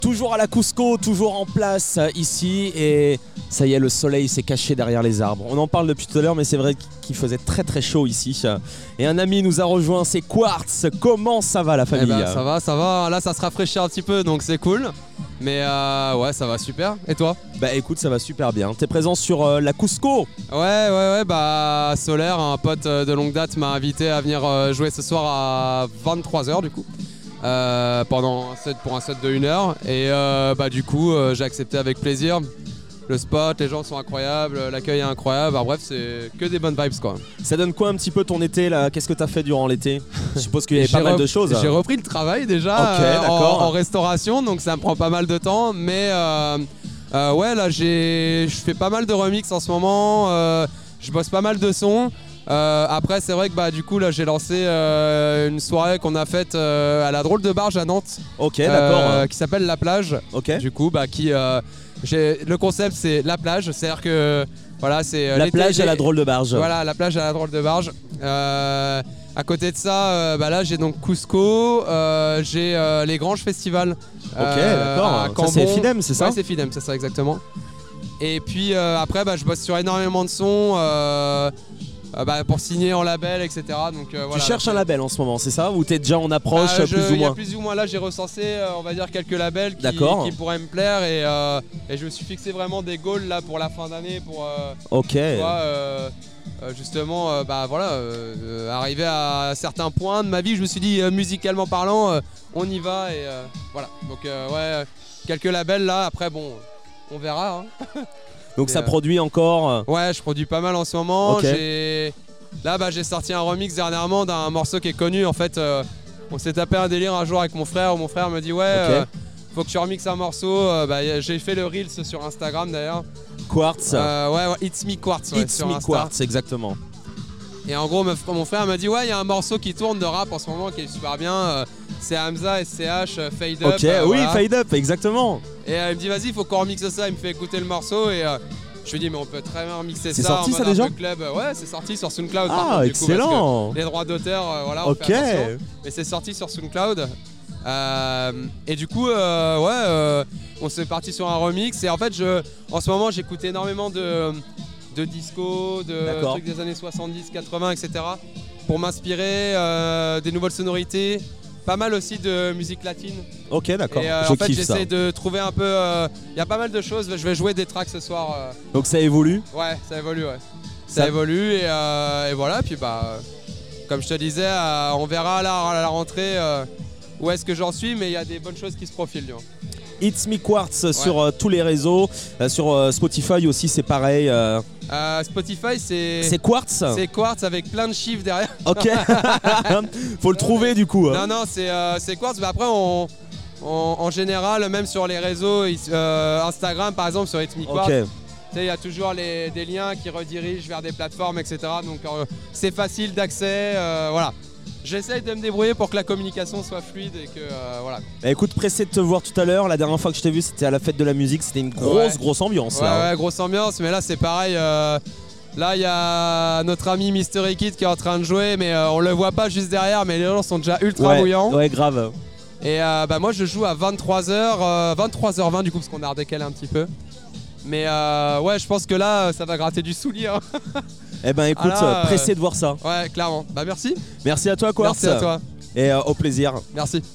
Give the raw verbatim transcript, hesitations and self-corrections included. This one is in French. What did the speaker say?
Toujours à la Cusco, toujours en place euh, ici et ça y est, le soleil s'est caché derrière les arbres. On en parle depuis tout à l'heure mais c'est vrai qu'il faisait très très chaud ici. Et un ami nous a rejoint, c'est Quartz. Comment ça va la famille? Eh ben, ça va, ça va. Là ça se rafraîchit un petit peu donc c'est cool. Mais euh, ouais, ça va super. Et toi? Bah écoute, ça va super bien. T'es présent sur euh, la Cusco? Ouais, ouais, ouais, bah Solaire, un pote de longue date m'a invité à venir euh, jouer ce soir à vingt-trois heures du coup. Euh, pendant un set pour un set de une heure et euh, bah du coup euh, j'ai accepté avec plaisir. Le spot, les gens sont incroyables, l'accueil est incroyable, alors, bref c'est que des bonnes vibes quoi. Ça donne quoi un petit peu ton été là? Qu'est-ce que t'as fait durant l'été? Je suppose qu'il y avait pas mal de choses. J'ai repris le travail déjà okay, euh, en, en restauration donc ça me prend pas mal de temps mais euh, euh, ouais là j'ai je fais pas mal de remix en ce moment, euh, je bosse pas mal de sons. Euh, après c'est vrai que bah du coup là j'ai lancé euh, une soirée qu'on a faite euh, à la Drôle de Barge à Nantes. Ok, d'accord. Euh, qui s'appelle La Plage. Ok. Du coup bah qui euh, j'ai le concept c'est la plage, c'est-à-dire que voilà c'est la plage à la Drôle de Barge. Voilà, la plage à la Drôle de Barge. Euh, à côté de ça, euh, bah là j'ai donc Cusco, euh, j'ai euh, les Granges Festivals. Ok, euh, d'accord. Ça c'est Fidem, c'est ça? Ouais, c'est Fidem, c'est ça exactement. Et puis euh, après bah je bosse sur énormément de sons. Euh, Euh, bah, pour signer en label, et cetera. Donc, euh, voilà, tu cherches là, un label en ce moment, c'est ça? Ou t'es déjà en approche bah, je, plus ou moins? Y a plus ou moins là, j'ai recensé, euh, on va dire, quelques labels qui, qui pourraient me plaire et, euh, et je me suis fixé vraiment des goals là pour la fin d'année pour euh, ok. tu vois, euh, euh, justement euh, bah, voilà, euh, arriver à certains points de ma vie. Je me suis dit, euh, musicalement parlant, euh, on y va et euh, voilà. Donc, euh, ouais, quelques labels là. Après, bon, on verra. Hein. Donc et ça euh, produit encore? Ouais, je produis pas mal en ce moment. Okay. J'ai... Là, bah, j'ai sorti un remix dernièrement d'un morceau qui est connu. En fait, euh, on s'est tapé un délire un jour avec mon frère. Où mon frère me dit ouais, okay. euh, faut que tu remixes un morceau. Euh, bah, j'ai fait le Reels sur Instagram d'ailleurs. Quartz. Euh, ouais, ouais, It's Me Quartz. Ouais, It's sur Me Insta. Quartz, exactement. Et en gros, mon frère me dit ouais, il y a un morceau qui tourne de rap en ce moment qui est super bien. Euh, c'est Hamza, S C H, euh, Fade Up. Ok, euh, oui, voilà. Fade Up, exactement. Et euh, il me dit vas-y, il faut qu'on remixe ça. Il me fait écouter le morceau et euh, je lui dis mais on peut très bien remixer ça. C'est sorti en ça déjà? club. Ouais, c'est sorti sur SoundCloud. Ah, par contre, excellent. Du coup, les droits d'auteur, euh, voilà. Ok. On fait attention. Mais c'est sorti sur SoundCloud. Euh, et du coup, euh, ouais, euh, on s'est parti sur un remix. Et en fait, je, en ce moment, j'écoute énormément de, de disco, de trucs des années soixante-dix, quatre-vingts, et cetera. Pour m'inspirer euh, des nouvelles sonorités. Pas mal aussi de musique latine. Ok, d'accord. Et euh, je en fait, kiffe ça. j'essaie de trouver un peu. Il euh, y a pas mal de choses. Je vais jouer des tracks ce soir. Euh. Donc ça évolue? Ouais, ça évolue, ouais. Ça, ça évolue et, euh, et voilà. Puis bah, comme je te disais, euh, on verra à la, à la rentrée euh, où est-ce que j'en suis, mais il y a des bonnes choses qui se profilent. Tu vois. It's Me Quartz ouais. sur euh, tous les réseaux, euh, sur euh, Spotify aussi c'est pareil. Euh... Euh, Spotify c'est... C'est Quartz? C'est Quartz avec plein de chiffres derrière. Ok. Faut le trouver mais... du coup. Hein. Non, non, c'est, euh, c'est Quartz, mais après on, on, en général, même sur les réseaux, euh, Instagram par exemple, sur It's Me Quartz, okay. Il y a toujours les, des liens qui redirigent vers des plateformes, et cetera. Donc euh, c'est facile d'accès, euh, voilà. J'essaye de me débrouiller pour que la communication soit fluide et que euh, voilà. Bah écoute, pressé de te voir tout à l'heure. La dernière fois que je t'ai vu, c'était à la fête de la musique. C'était une grosse, ouais. grosse ambiance. Ouais, là. ouais, grosse ambiance. Mais là, c'est pareil. Euh, là, il y a notre ami Mystery Kid qui est en train de jouer, mais euh, on le voit pas juste derrière. Mais les gens sont déjà ultra ouais, bouillants. Ouais, grave. Et euh, bah moi, je joue à vingt-trois heures, euh, vingt-trois heures vingt du coup, parce qu'on a redécalé un petit peu. Mais euh, ouais, je pense que là, ça va gratter du soulier. Hein. Eh ben écoute, ah là, pressé de voir ça. Ouais, clairement. Bah merci. Merci à toi, Quartz. Merci à toi. Et euh, au plaisir. Merci.